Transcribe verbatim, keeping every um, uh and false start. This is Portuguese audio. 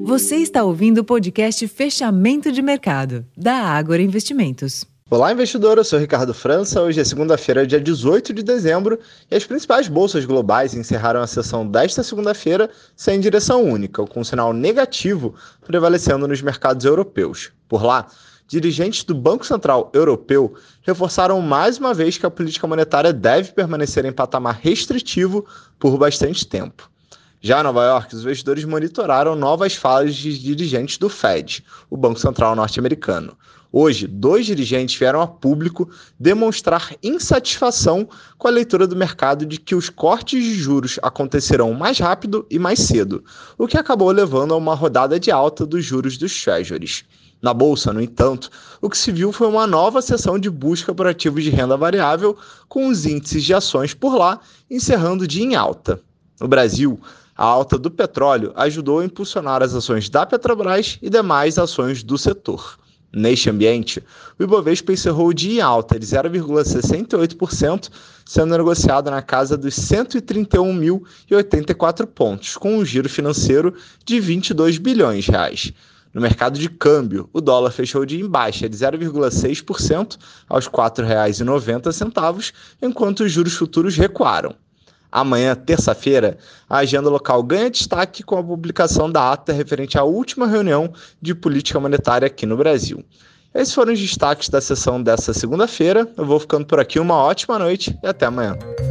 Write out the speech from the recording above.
Você está ouvindo o podcast Fechamento de Mercado, da Ágora Investimentos. Olá, investidor, eu sou Ricardo França. Hoje é segunda-feira, dia dezoito de dezembro, e as principais bolsas globais encerraram a sessão desta segunda-feira sem direção única, com um sinal negativo prevalecendo nos mercados europeus. Por lá, dirigentes do Banco Central Europeu reforçaram mais uma vez que a política monetária deve permanecer em patamar restritivo por bastante tempo. Já em Nova York, os investidores monitoraram novas falas de dirigentes do Fed, o Banco Central norte-americano. Hoje, dois dirigentes vieram a público demonstrar insatisfação com a leitura do mercado de que os cortes de juros acontecerão mais rápido e mais cedo, o que acabou levando a uma rodada de alta dos juros dos Treasuries. Na bolsa, no entanto, o que se viu foi uma nova sessão de busca por ativos de renda variável, com os índices de ações por lá encerrando o dia em alta. No Brasil, a alta do petróleo ajudou a impulsionar as ações da Petrobras e demais ações do setor. Neste ambiente, o Ibovespa encerrou o dia em alta de zero vírgula sessenta e oito por cento, sendo negociado na casa dos cento e trinta e um mil e oitenta e quatro pontos, com um giro financeiro de vinte e dois bilhões de reais. No mercado de câmbio, o dólar fechou o dia em baixa de zero vírgula seis por cento aos quatro reais e noventa centavos, enquanto os juros futuros recuaram. Amanhã, terça-feira, a agenda local ganha destaque com a publicação da ata referente à última reunião de política monetária aqui no Brasil. Esses foram os destaques da sessão desta segunda-feira. Eu vou ficando por aqui, uma ótima noite e até amanhã.